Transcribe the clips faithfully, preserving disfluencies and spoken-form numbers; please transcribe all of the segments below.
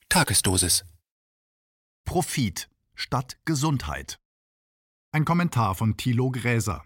Tagesdosis. Profit statt Gesundheit. Ein Kommentar von Thilo Gräser.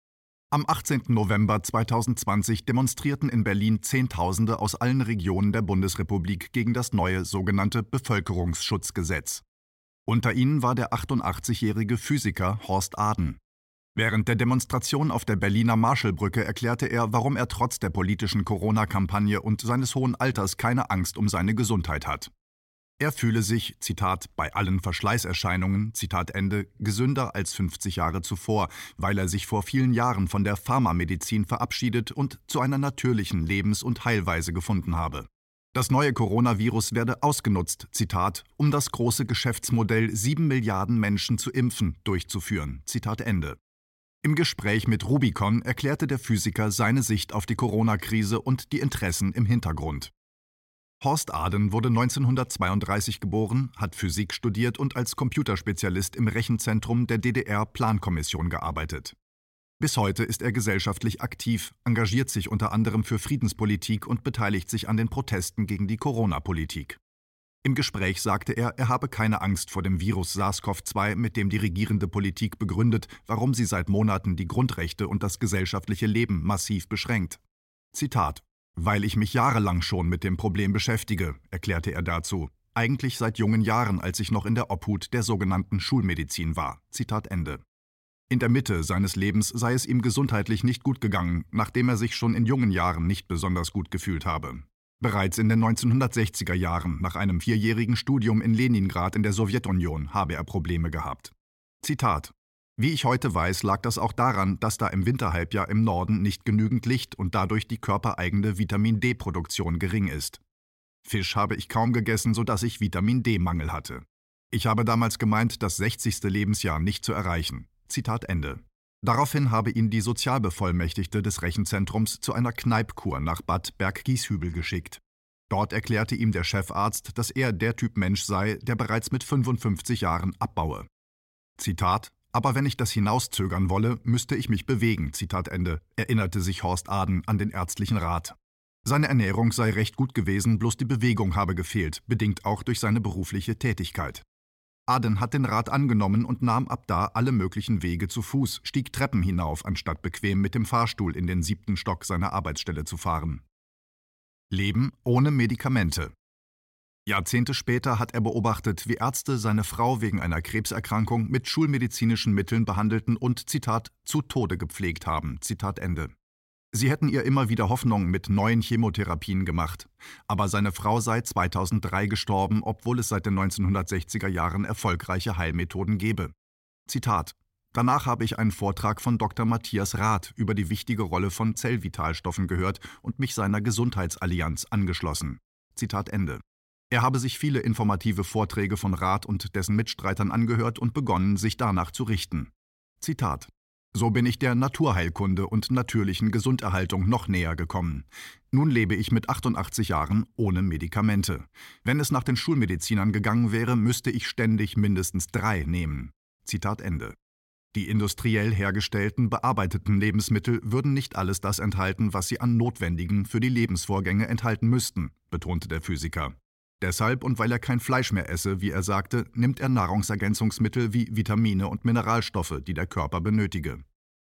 Am achtzehnten November zweitausendzwanzig demonstrierten in Berlin Zehntausende aus allen Regionen der Bundesrepublik gegen das neue sogenannte Bevölkerungsschutzgesetz. Unter ihnen war der achtundachtzigjährige Physiker Horst Aden. Während der Demonstration auf der Berliner Marschallbrücke erklärte er, warum er trotz der politischen Corona-Kampagne und seines hohen Alters keine Angst um seine Gesundheit hat. Er fühle sich, Zitat, bei allen Verschleißerscheinungen, Zitat Ende, gesünder als fünfzig Jahre zuvor, weil er sich vor vielen Jahren von der Pharmamedizin verabschiedet und zu einer natürlichen Lebens- und Heilweise gefunden habe. Das neue Coronavirus werde ausgenutzt, Zitat, um das große Geschäftsmodell sieben Milliarden Menschen zu impfen, durchzuführen, Zitat Ende. Im Gespräch mit Rubicon erklärte der Physiker seine Sicht auf die Corona-Krise und die Interessen im Hintergrund. Horst Aden wurde neunzehnhundertzweiunddreißig geboren, hat Physik studiert und als Computerspezialist im Rechenzentrum der D D R-Plankommission gearbeitet. Bis heute ist er gesellschaftlich aktiv, engagiert sich unter anderem für Friedenspolitik und beteiligt sich an den Protesten gegen die Corona-Politik. Im Gespräch sagte er, er habe keine Angst vor dem Virus SARS-C o V zwei, mit dem die regierende Politik begründet, warum sie seit Monaten die Grundrechte und das gesellschaftliche Leben massiv beschränkt. Zitat: »Weil ich mich jahrelang schon mit dem Problem beschäftige«, erklärte er dazu. Eigentlich seit jungen Jahren, als ich noch in der Obhut der sogenannten Schulmedizin war. Zitat Ende. In der Mitte seines Lebens sei es ihm gesundheitlich nicht gut gegangen, nachdem er sich schon in jungen Jahren nicht besonders gut gefühlt habe. Bereits in den neunzehnhundertsechziger Jahren, nach einem vierjährigen Studium in Leningrad in der Sowjetunion, habe er Probleme gehabt. Zitat: »Wie ich heute weiß, lag das auch daran, dass da im Winterhalbjahr im Norden nicht genügend Licht und dadurch die körpereigene Vitamin-D-Produktion gering ist. Fisch habe ich kaum gegessen, sodass ich Vitamin-D-Mangel hatte. Ich habe damals gemeint, das sechzigste Lebensjahr nicht zu erreichen.« Zitat Ende. Daraufhin habe ihn die Sozialbevollmächtigte des Rechenzentrums zu einer Kneippkur nach Bad Berg-Gieshübel geschickt. Dort erklärte ihm der Chefarzt, dass er der Typ Mensch sei, der bereits mit fünfundfünfzig Jahren abbaue. Zitat: »Aber wenn ich das hinauszögern wolle, müsste ich mich bewegen«, Zitat Ende, erinnerte sich Horst Aden an den ärztlichen Rat. Seine Ernährung sei recht gut gewesen, bloß die Bewegung habe gefehlt, bedingt auch durch seine berufliche Tätigkeit. Aden hat den Rat angenommen und nahm ab da alle möglichen Wege zu Fuß, stieg Treppen hinauf, anstatt bequem mit dem Fahrstuhl in den siebten Stock seiner Arbeitsstelle zu fahren. Leben ohne Medikamente. Jahrzehnte später hat er beobachtet, wie Ärzte seine Frau wegen einer Krebserkrankung mit schulmedizinischen Mitteln behandelten und, Zitat, zu Tode gepflegt haben, Zitat Ende. Sie hätten ihr immer wieder Hoffnung mit neuen Chemotherapien gemacht, aber seine Frau sei zweitausenddrei gestorben, obwohl es seit den neunzehnhundertsechziger Jahren erfolgreiche Heilmethoden gebe. Zitat: »Danach habe ich einen Vortrag von Doktor Matthias Rath über die wichtige Rolle von Zellvitalstoffen gehört und mich seiner Gesundheitsallianz angeschlossen.« Zitat Ende. Er habe sich viele informative Vorträge von Rath und dessen Mitstreitern angehört und begonnen, sich danach zu richten. Zitat: »So bin ich der Naturheilkunde und natürlichen Gesunderhaltung noch näher gekommen. Nun lebe ich mit achtundachtzig Jahren ohne Medikamente. Wenn es nach den Schulmedizinern gegangen wäre, müsste ich ständig mindestens drei nehmen.« Zitat Ende. Die industriell hergestellten, bearbeiteten Lebensmittel würden nicht alles das enthalten, was sie an Notwendigen für die Lebensvorgänge enthalten müssten, betonte der Physiker. Deshalb und weil er kein Fleisch mehr esse, wie er sagte, nimmt er Nahrungsergänzungsmittel wie Vitamine und Mineralstoffe, die der Körper benötige.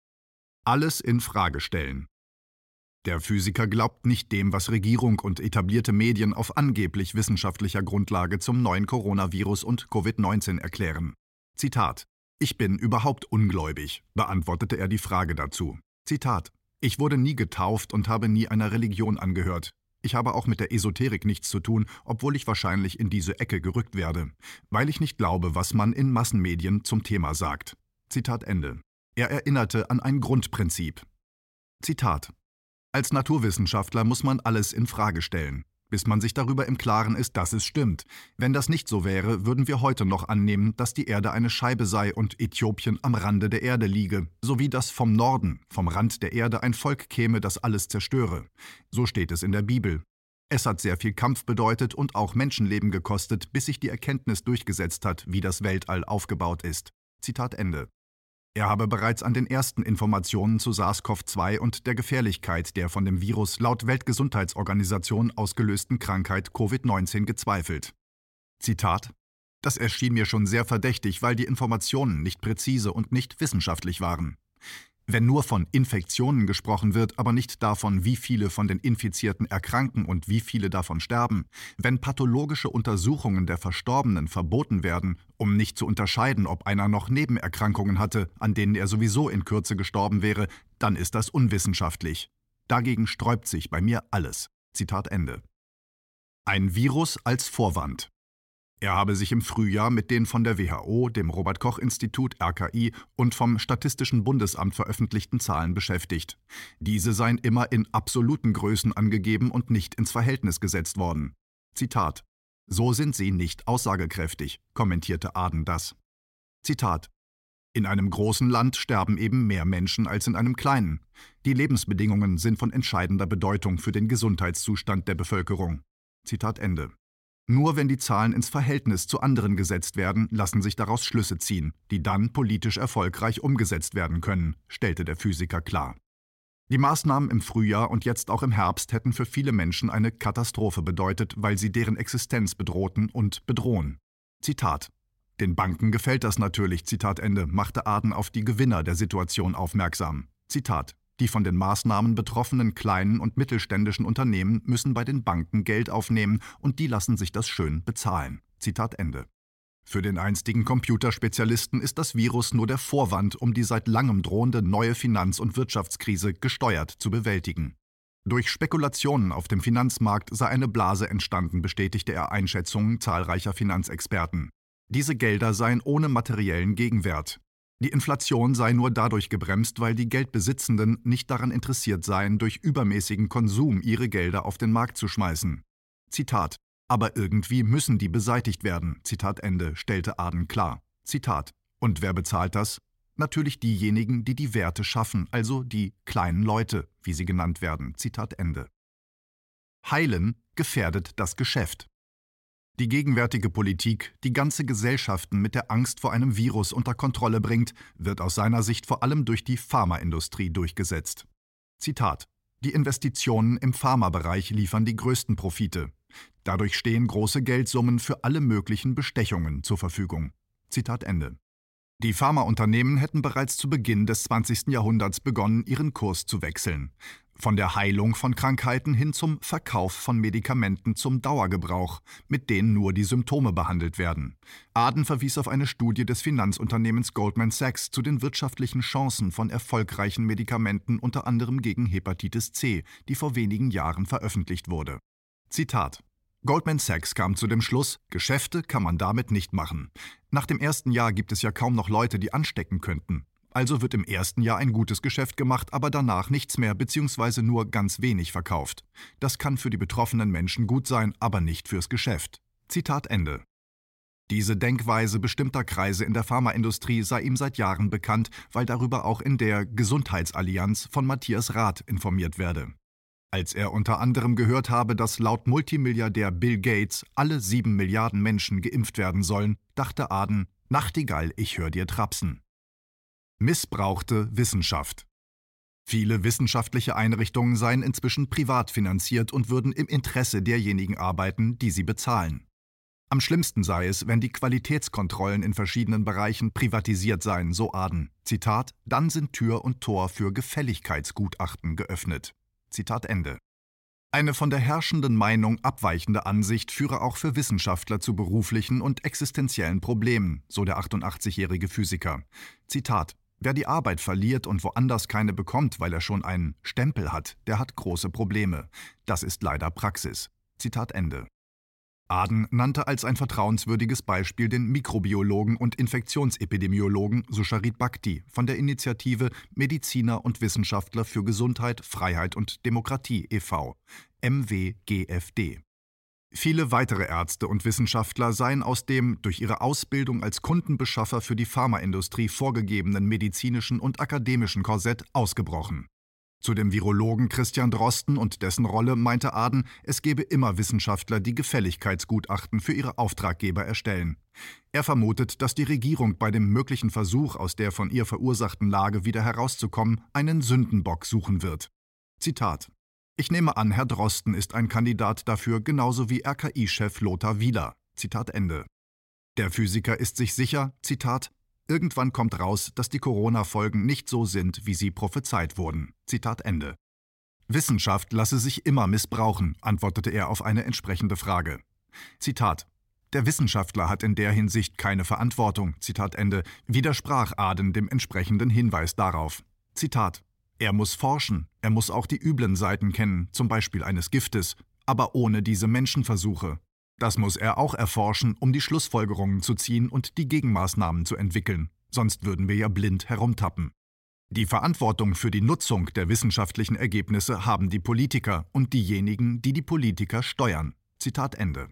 Alles in Frage stellen. Der Physiker glaubt nicht dem, was Regierung und etablierte Medien auf angeblich wissenschaftlicher Grundlage zum neuen Coronavirus und Covid neunzehn erklären. Zitat: »Ich bin überhaupt ungläubig«, beantwortete er die Frage dazu. Zitat: »Ich wurde nie getauft und habe nie einer Religion angehört. Ich habe auch mit der Esoterik nichts zu tun, obwohl ich wahrscheinlich in diese Ecke gerückt werde, weil ich nicht glaube, was man in Massenmedien zum Thema sagt.« Zitat Ende. Er erinnerte an ein Grundprinzip. Zitat: »Als Naturwissenschaftler muss man alles in Frage stellen, bis man sich darüber im Klaren ist, dass es stimmt. Wenn das nicht so wäre, würden wir heute noch annehmen, dass die Erde eine Scheibe sei und Äthiopien am Rande der Erde liege, sowie dass vom Norden, vom Rand der Erde ein Volk käme, das alles zerstöre. So steht es in der Bibel. Es hat sehr viel Kampf bedeutet und auch Menschenleben gekostet, bis sich die Erkenntnis durchgesetzt hat, wie das Weltall aufgebaut ist.« Zitat Ende. Er habe bereits an den ersten Informationen zu SARS-C o V zwei und der Gefährlichkeit der von dem Virus laut Weltgesundheitsorganisation ausgelösten Krankheit Covid neunzehn gezweifelt. Zitat: Das erschien mir schon sehr verdächtig, weil die Informationen nicht präzise und nicht wissenschaftlich waren. Wenn nur von Infektionen gesprochen wird, aber nicht davon, wie viele von den Infizierten erkranken und wie viele davon sterben, wenn pathologische Untersuchungen der Verstorbenen verboten werden, um nicht zu unterscheiden, ob einer noch Nebenerkrankungen hatte, an denen er sowieso in Kürze gestorben wäre, dann ist das unwissenschaftlich. Dagegen sträubt sich bei mir alles. Zitat Ende. Ein Virus als Vorwand. Er habe sich im Frühjahr mit den von der W H O, dem Robert-Koch-Institut R K I und vom Statistischen Bundesamt veröffentlichten Zahlen beschäftigt. Diese seien immer in absoluten Größen angegeben und nicht ins Verhältnis gesetzt worden. Zitat: So sind sie nicht aussagekräftig, kommentierte Aden das. Zitat: In einem großen Land sterben eben mehr Menschen als in einem kleinen. Die Lebensbedingungen sind von entscheidender Bedeutung für den Gesundheitszustand der Bevölkerung. Zitat Ende. Nur wenn die Zahlen ins Verhältnis zu anderen gesetzt werden, lassen sich daraus Schlüsse ziehen, die dann politisch erfolgreich umgesetzt werden können, stellte der Physiker klar. Die Maßnahmen im Frühjahr und jetzt auch im Herbst hätten für viele Menschen eine Katastrophe bedeutet, weil sie deren Existenz bedrohten und bedrohen. Zitat: Den Banken gefällt das natürlich, Zitat Ende, machte Aden auf die Gewinner der Situation aufmerksam. Zitat: Die von den Maßnahmen betroffenen kleinen und mittelständischen Unternehmen müssen bei den Banken Geld aufnehmen und die lassen sich das schön bezahlen. Zitat Ende. Für den einstigen Computerspezialisten ist das Virus nur der Vorwand, um die seit langem drohende neue Finanz- und Wirtschaftskrise gesteuert zu bewältigen. Durch Spekulationen auf dem Finanzmarkt sei eine Blase entstanden, bestätigte er Einschätzungen zahlreicher Finanzexperten. Diese Gelder seien ohne materiellen Gegenwert. Die Inflation sei nur dadurch gebremst, weil die Geldbesitzenden nicht daran interessiert seien, durch übermäßigen Konsum ihre Gelder auf den Markt zu schmeißen. Zitat: Aber irgendwie müssen die beseitigt werden, Zitat Ende, stellte Aden klar. Zitat: Und wer bezahlt das? Natürlich diejenigen, die die Werte schaffen, also die kleinen Leute, wie sie genannt werden. Zitat Ende. Heilen gefährdet das Geschäft. Die gegenwärtige Politik, die ganze Gesellschaften mit der Angst vor einem Virus unter Kontrolle bringt, wird aus seiner Sicht vor allem durch die Pharmaindustrie durchgesetzt. Zitat: Die Investitionen im Pharmabereich liefern die größten Profite. Dadurch stehen große Geldsummen für alle möglichen Bestechungen zur Verfügung. Zitat Ende. Die Pharmaunternehmen hätten bereits zu Beginn des zwanzigsten Jahrhunderts begonnen, ihren Kurs zu wechseln. Von der Heilung von Krankheiten hin zum Verkauf von Medikamenten zum Dauergebrauch, mit denen nur die Symptome behandelt werden. Aden verwies auf eine Studie des Finanzunternehmens Goldman Sachs zu den wirtschaftlichen Chancen von erfolgreichen Medikamenten, unter anderem gegen Hepatitis C, die vor wenigen Jahren veröffentlicht wurde. Zitat: Goldman Sachs kam zu dem Schluss, Geschäfte kann man damit nicht machen. Nach dem ersten Jahr gibt es ja kaum noch Leute, die anstecken könnten. Also wird im ersten Jahr ein gutes Geschäft gemacht, aber danach nichts mehr bzw. nur ganz wenig verkauft. Das kann für die betroffenen Menschen gut sein, aber nicht fürs Geschäft. Zitat Ende. Diese Denkweise bestimmter Kreise in der Pharmaindustrie sei ihm seit Jahren bekannt, weil darüber auch in der Gesundheitsallianz von Matthias Rath informiert werde. Als er unter anderem gehört habe, dass laut Multimilliardär Bill Gates alle sieben Milliarden Menschen geimpft werden sollen, dachte Aden, Nachtigall, ich hör dir trapsen. Missbrauchte Wissenschaft. Viele wissenschaftliche Einrichtungen seien inzwischen privat finanziert und würden im Interesse derjenigen arbeiten, die sie bezahlen. Am schlimmsten sei es, wenn die Qualitätskontrollen in verschiedenen Bereichen privatisiert seien, so Aden. Zitat: Dann sind Tür und Tor für Gefälligkeitsgutachten geöffnet. Zitat Ende. Eine von der herrschenden Meinung abweichende Ansicht führe auch für Wissenschaftler zu beruflichen und existenziellen Problemen, so der achtundachtzigjährige Physiker. Zitat: Wer die Arbeit verliert und woanders keine bekommt, weil er schon einen Stempel hat, der hat große Probleme. Das ist leider Praxis. Zitat Ende. Aden nannte als ein vertrauenswürdiges Beispiel den Mikrobiologen und Infektionsepidemiologen Susharit Bhakti von der Initiative Mediziner und Wissenschaftler für Gesundheit, Freiheit und Demokratie e V, M W G F D. Viele weitere Ärzte und Wissenschaftler seien aus dem durch ihre Ausbildung als Kundenbeschaffer für die Pharmaindustrie vorgegebenen medizinischen und akademischen Korsett ausgebrochen. Zu dem Virologen Christian Drosten und dessen Rolle meinte Aden, es gebe immer Wissenschaftler, die Gefälligkeitsgutachten für ihre Auftraggeber erstellen. Er vermutet, dass die Regierung bei dem möglichen Versuch, aus der von ihr verursachten Lage wieder herauszukommen, einen Sündenbock suchen wird. Zitat: Ich nehme an, Herr Drosten ist ein Kandidat dafür, genauso wie R K I-Chef Lothar Wieler. Zitat Ende. Der Physiker ist sich sicher, Zitat, irgendwann kommt raus, dass die Corona-Folgen nicht so sind, wie sie prophezeit wurden. Zitat Ende. Wissenschaft lasse sich immer missbrauchen, antwortete er auf eine entsprechende Frage. Zitat: Der Wissenschaftler hat in der Hinsicht keine Verantwortung, Zitat Ende, widersprach Aden dem entsprechenden Hinweis darauf. Zitat: Er muss forschen, er muss auch die üblen Seiten kennen, zum Beispiel eines Giftes, aber ohne diese Menschenversuche. Das muss er auch erforschen, um die Schlussfolgerungen zu ziehen und die Gegenmaßnahmen zu entwickeln, sonst würden wir ja blind herumtappen. Die Verantwortung für die Nutzung der wissenschaftlichen Ergebnisse haben die Politiker und diejenigen, die die Politiker steuern. Zitat Ende.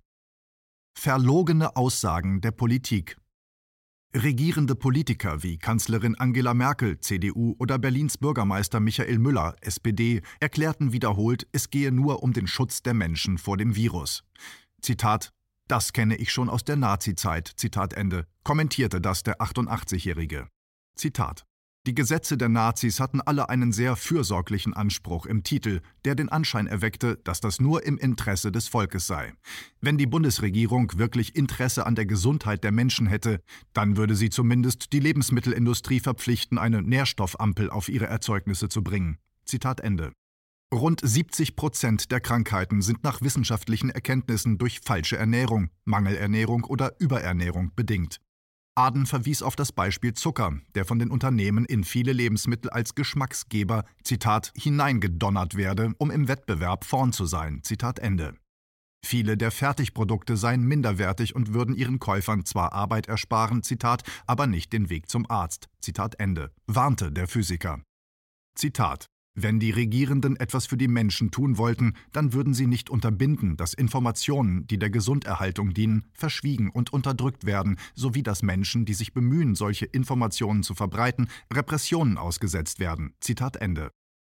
Verlogene Aussagen der Politik. Regierende Politiker wie Kanzlerin Angela Merkel, C D U, oder Berlins Bürgermeister Michael Müller, S P D, erklärten wiederholt, es gehe nur um den Schutz der Menschen vor dem Virus. Zitat: Das kenne ich schon aus der Nazi-Zeit, Zitat Ende, kommentierte das der achtundachtzigjährige. Zitat: Die Gesetze der Nazis hatten alle einen sehr fürsorglichen Anspruch im Titel, der den Anschein erweckte, dass das nur im Interesse des Volkes sei. Wenn die Bundesregierung wirklich Interesse an der Gesundheit der Menschen hätte, dann würde sie zumindest die Lebensmittelindustrie verpflichten, eine Nährstoffampel auf ihre Erzeugnisse zu bringen. Zitat Ende. Rund siebzig Prozent der Krankheiten sind nach wissenschaftlichen Erkenntnissen durch falsche Ernährung, Mangelernährung oder Überernährung bedingt. Aden verwies auf das Beispiel Zucker, der von den Unternehmen in viele Lebensmittel als Geschmacksgeber, Zitat, hineingedonnert werde, um im Wettbewerb vorn zu sein, Zitat Ende. Viele der Fertigprodukte seien minderwertig und würden ihren Käufern zwar Arbeit ersparen, Zitat, aber nicht den Weg zum Arzt, Zitat Ende, warnte der Physiker. Zitat: Wenn die Regierenden etwas für die Menschen tun wollten, dann würden sie nicht unterbinden, dass Informationen, die der Gesunderhaltung dienen, verschwiegen und unterdrückt werden, sowie dass Menschen, die sich bemühen, solche Informationen zu verbreiten, Repressionen ausgesetzt werden. Zitat Ende.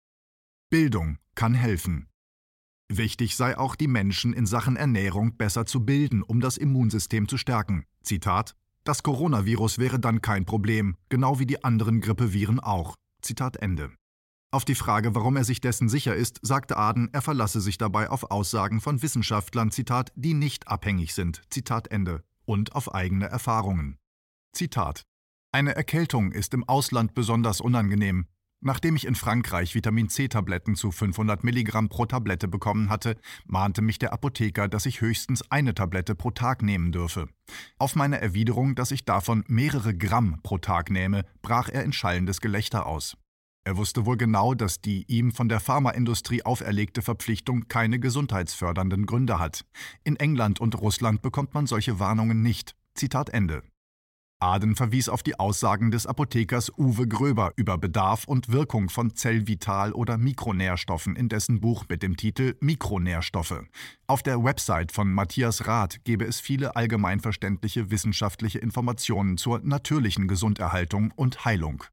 Bildung kann helfen. Wichtig sei auch, die Menschen in Sachen Ernährung besser zu bilden, um das Immunsystem zu stärken. Zitat: Das Coronavirus wäre dann kein Problem, genau wie die anderen Grippeviren auch. Zitat Ende. Auf die Frage, warum er sich dessen sicher ist, sagte Aden, er verlasse sich dabei auf Aussagen von Wissenschaftlern, Zitat, die nicht abhängig sind, Zitat Ende, und auf eigene Erfahrungen. Zitat: Eine Erkältung ist im Ausland besonders unangenehm. Nachdem ich in Frankreich Vitamin-C-Tabletten zu fünfhundert Milligramm pro Tablette bekommen hatte, mahnte mich der Apotheker, dass ich höchstens eine Tablette pro Tag nehmen dürfe. Auf meine Erwiderung, dass ich davon mehrere Gramm pro Tag nehme, brach er in schallendes Gelächter aus. Er wusste wohl genau, dass die ihm von der Pharmaindustrie auferlegte Verpflichtung keine gesundheitsfördernden Gründe hat. In England und Russland bekommt man solche Warnungen nicht. Zitat Ende. Aden verwies auf die Aussagen des Apothekers Uwe Gröber über Bedarf und Wirkung von Zellvital- oder Mikronährstoffen in dessen Buch mit dem Titel Mikronährstoffe. Auf der Website von Matthias Rath gebe es viele allgemeinverständliche wissenschaftliche Informationen zur natürlichen Gesunderhaltung und Heilung.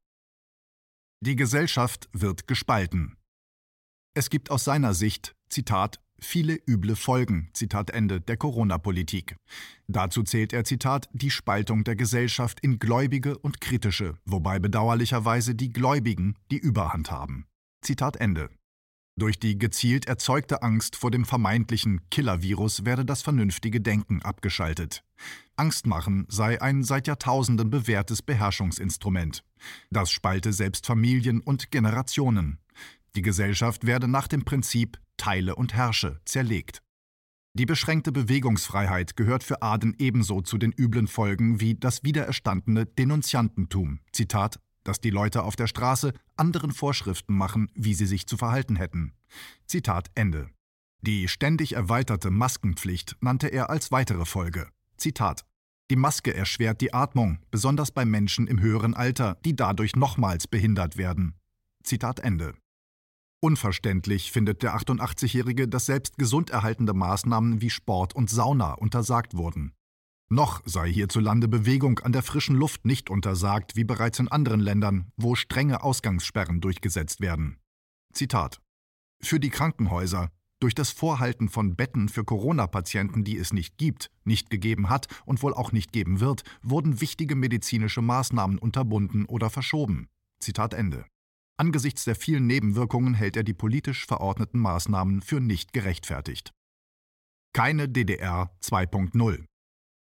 Die Gesellschaft wird gespalten. Es gibt aus seiner Sicht, Zitat, viele üble Folgen, Zitat Ende, der Corona-Politik. Dazu zählt er, Zitat, die Spaltung der Gesellschaft in Gläubige und Kritische, wobei bedauerlicherweise die Gläubigen die Überhand haben. Zitat Ende. Durch die gezielt erzeugte Angst vor dem vermeintlichen Killer-Virus werde das vernünftige Denken abgeschaltet. Angstmachen sei ein seit Jahrtausenden bewährtes Beherrschungsinstrument. Das spalte selbst Familien und Generationen. Die Gesellschaft werde nach dem Prinzip Teile und herrsche zerlegt. Die beschränkte Bewegungsfreiheit gehört für Aden ebenso zu den üblen Folgen wie das wiedererstandene Denunziantentum. Zitat: dass die Leute auf der Straße anderen Vorschriften machen, wie sie sich zu verhalten hätten. Zitat Ende. Die ständig erweiterte Maskenpflicht nannte er als weitere Folge. Zitat: Die Maske erschwert die Atmung, besonders bei Menschen im höheren Alter, die dadurch nochmals behindert werden. Zitat Ende. Unverständlich findet der achtundachtzigjährige, dass selbst gesunderhaltende Maßnahmen wie Sport und Sauna untersagt wurden. Noch sei hierzulande Bewegung an der frischen Luft nicht untersagt, wie bereits in anderen Ländern, wo strenge Ausgangssperren durchgesetzt werden. Zitat: Für die Krankenhäuser, durch das Vorhalten von Betten für Corona-Patienten, die es nicht gibt, nicht gegeben hat und wohl auch nicht geben wird, wurden wichtige medizinische Maßnahmen unterbunden oder verschoben. Zitat Ende. Angesichts der vielen Nebenwirkungen hält er die politisch verordneten Maßnahmen für nicht gerechtfertigt. Keine D D R zwei Punkt null.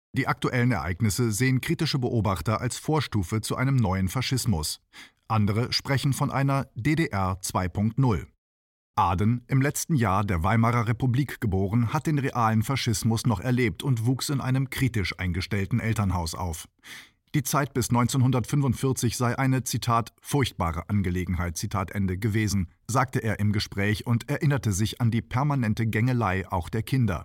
Die aktuellen Ereignisse sehen kritische Beobachter als Vorstufe zu einem neuen Faschismus. Andere sprechen von einer D D R zwei Punkt null. Aden, im letzten Jahr der Weimarer Republik geboren, hat den realen Faschismus noch erlebt und wuchs in einem kritisch eingestellten Elternhaus auf. Die Zeit bis neunzehnhundertfünfundvierzig sei eine, Zitat, furchtbare Angelegenheit, Zitat Ende, gewesen, sagte er im Gespräch und erinnerte sich an die permanente Gängelei auch der Kinder.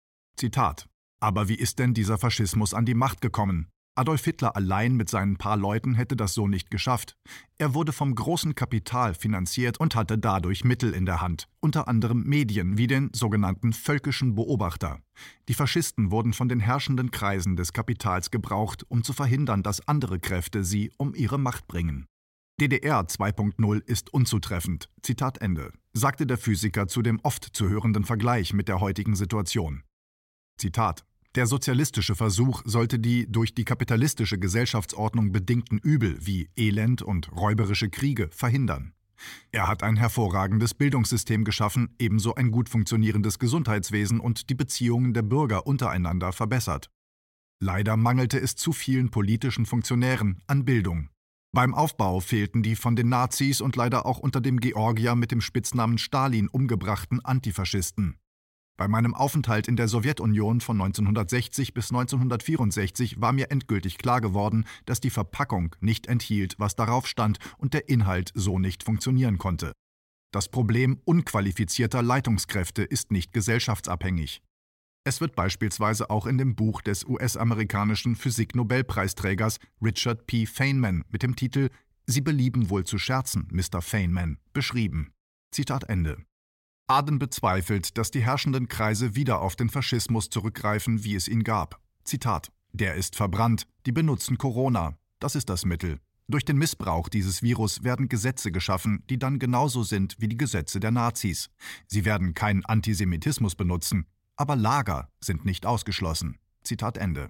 Zitat: Aber wie ist denn dieser Faschismus an die Macht gekommen? Adolf Hitler allein mit seinen paar Leuten hätte das so nicht geschafft. Er wurde vom großen Kapital finanziert und hatte dadurch Mittel in der Hand, unter anderem Medien wie den sogenannten völkischen Beobachter. Die Faschisten wurden von den herrschenden Kreisen des Kapitals gebraucht, um zu verhindern, dass andere Kräfte sie um ihre Macht bringen. D D R zwei Punkt null ist unzutreffend, Zitat Ende, sagte der Physiker zu dem oft zu hörenden Vergleich mit der heutigen Situation. Zitat: Der sozialistische Versuch sollte die durch die kapitalistische Gesellschaftsordnung bedingten Übel wie Elend und räuberische Kriege verhindern. Er hat ein hervorragendes Bildungssystem geschaffen, ebenso ein gut funktionierendes Gesundheitswesen und die Beziehungen der Bürger untereinander verbessert. Leider mangelte es zu vielen politischen Funktionären an Bildung. Beim Aufbau fehlten die von den Nazis und leider auch unter dem Georgier mit dem Spitznamen Stalin umgebrachten Antifaschisten. Bei meinem Aufenthalt in der Sowjetunion von neunzehnhundertsechzig bis neunzehnhundertvierundsechzig war mir endgültig klar geworden, dass die Verpackung nicht enthielt, was darauf stand und der Inhalt so nicht funktionieren konnte. Das Problem unqualifizierter Leitungskräfte ist nicht gesellschaftsabhängig. Es wird beispielsweise auch in dem Buch des U S-amerikanischen Physik-Nobelpreisträgers Richard P. Feynman mit dem Titel »Sie belieben wohl zu scherzen, Mister Feynman« beschrieben. Zitat Ende. Aden bezweifelt, dass die herrschenden Kreise wieder auf den Faschismus zurückgreifen, wie es ihn gab. Zitat: Der ist verbrannt, die benutzen Corona, das ist das Mittel. Durch den Missbrauch dieses Virus werden Gesetze geschaffen, die dann genauso sind wie die Gesetze der Nazis. Sie werden keinen Antisemitismus benutzen, aber Lager sind nicht ausgeschlossen. Zitat Ende.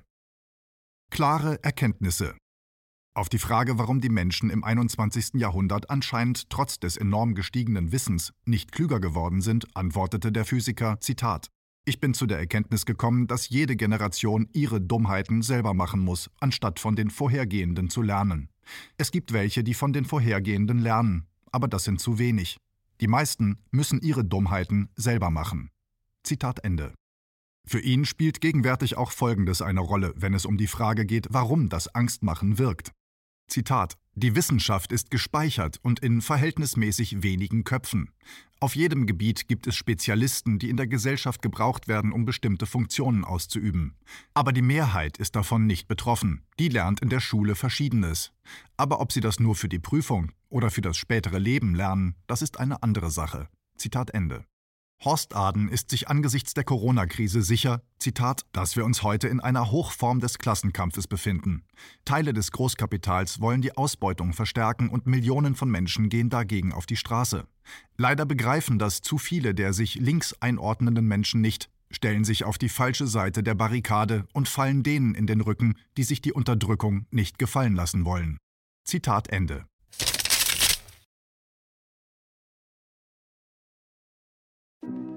Klare Erkenntnisse. Auf die Frage, warum die Menschen im einundzwanzigsten Jahrhundert anscheinend trotz des enorm gestiegenen Wissens nicht klüger geworden sind, antwortete der Physiker, Zitat: Ich bin zu der Erkenntnis gekommen, dass jede Generation ihre Dummheiten selber machen muss, anstatt von den vorhergehenden zu lernen. Es gibt welche, die von den vorhergehenden lernen, aber das sind zu wenig. Die meisten müssen ihre Dummheiten selber machen. Zitat Ende. Für ihn spielt gegenwärtig auch Folgendes eine Rolle, wenn es um die Frage geht, warum das Angstmachen wirkt. Zitat: Die Wissenschaft ist gespeichert und in verhältnismäßig wenigen Köpfen. Auf jedem Gebiet gibt es Spezialisten, die in der Gesellschaft gebraucht werden, um bestimmte Funktionen auszuüben. Aber die Mehrheit ist davon nicht betroffen. Die lernt in der Schule Verschiedenes. Aber ob sie das nur für die Prüfung oder für das spätere Leben lernen, das ist eine andere Sache. Zitat Ende. Horst Aden ist sich angesichts der Corona-Krise sicher, Zitat, dass wir uns heute in einer Hochform des Klassenkampfes befinden. Teile des Großkapitals wollen die Ausbeutung verstärken und Millionen von Menschen gehen dagegen auf die Straße. Leider begreifen das zu viele der sich links einordnenden Menschen nicht, stellen sich auf die falsche Seite der Barrikade und fallen denen in den Rücken, die sich die Unterdrückung nicht gefallen lassen wollen. Zitat Ende. Thank you.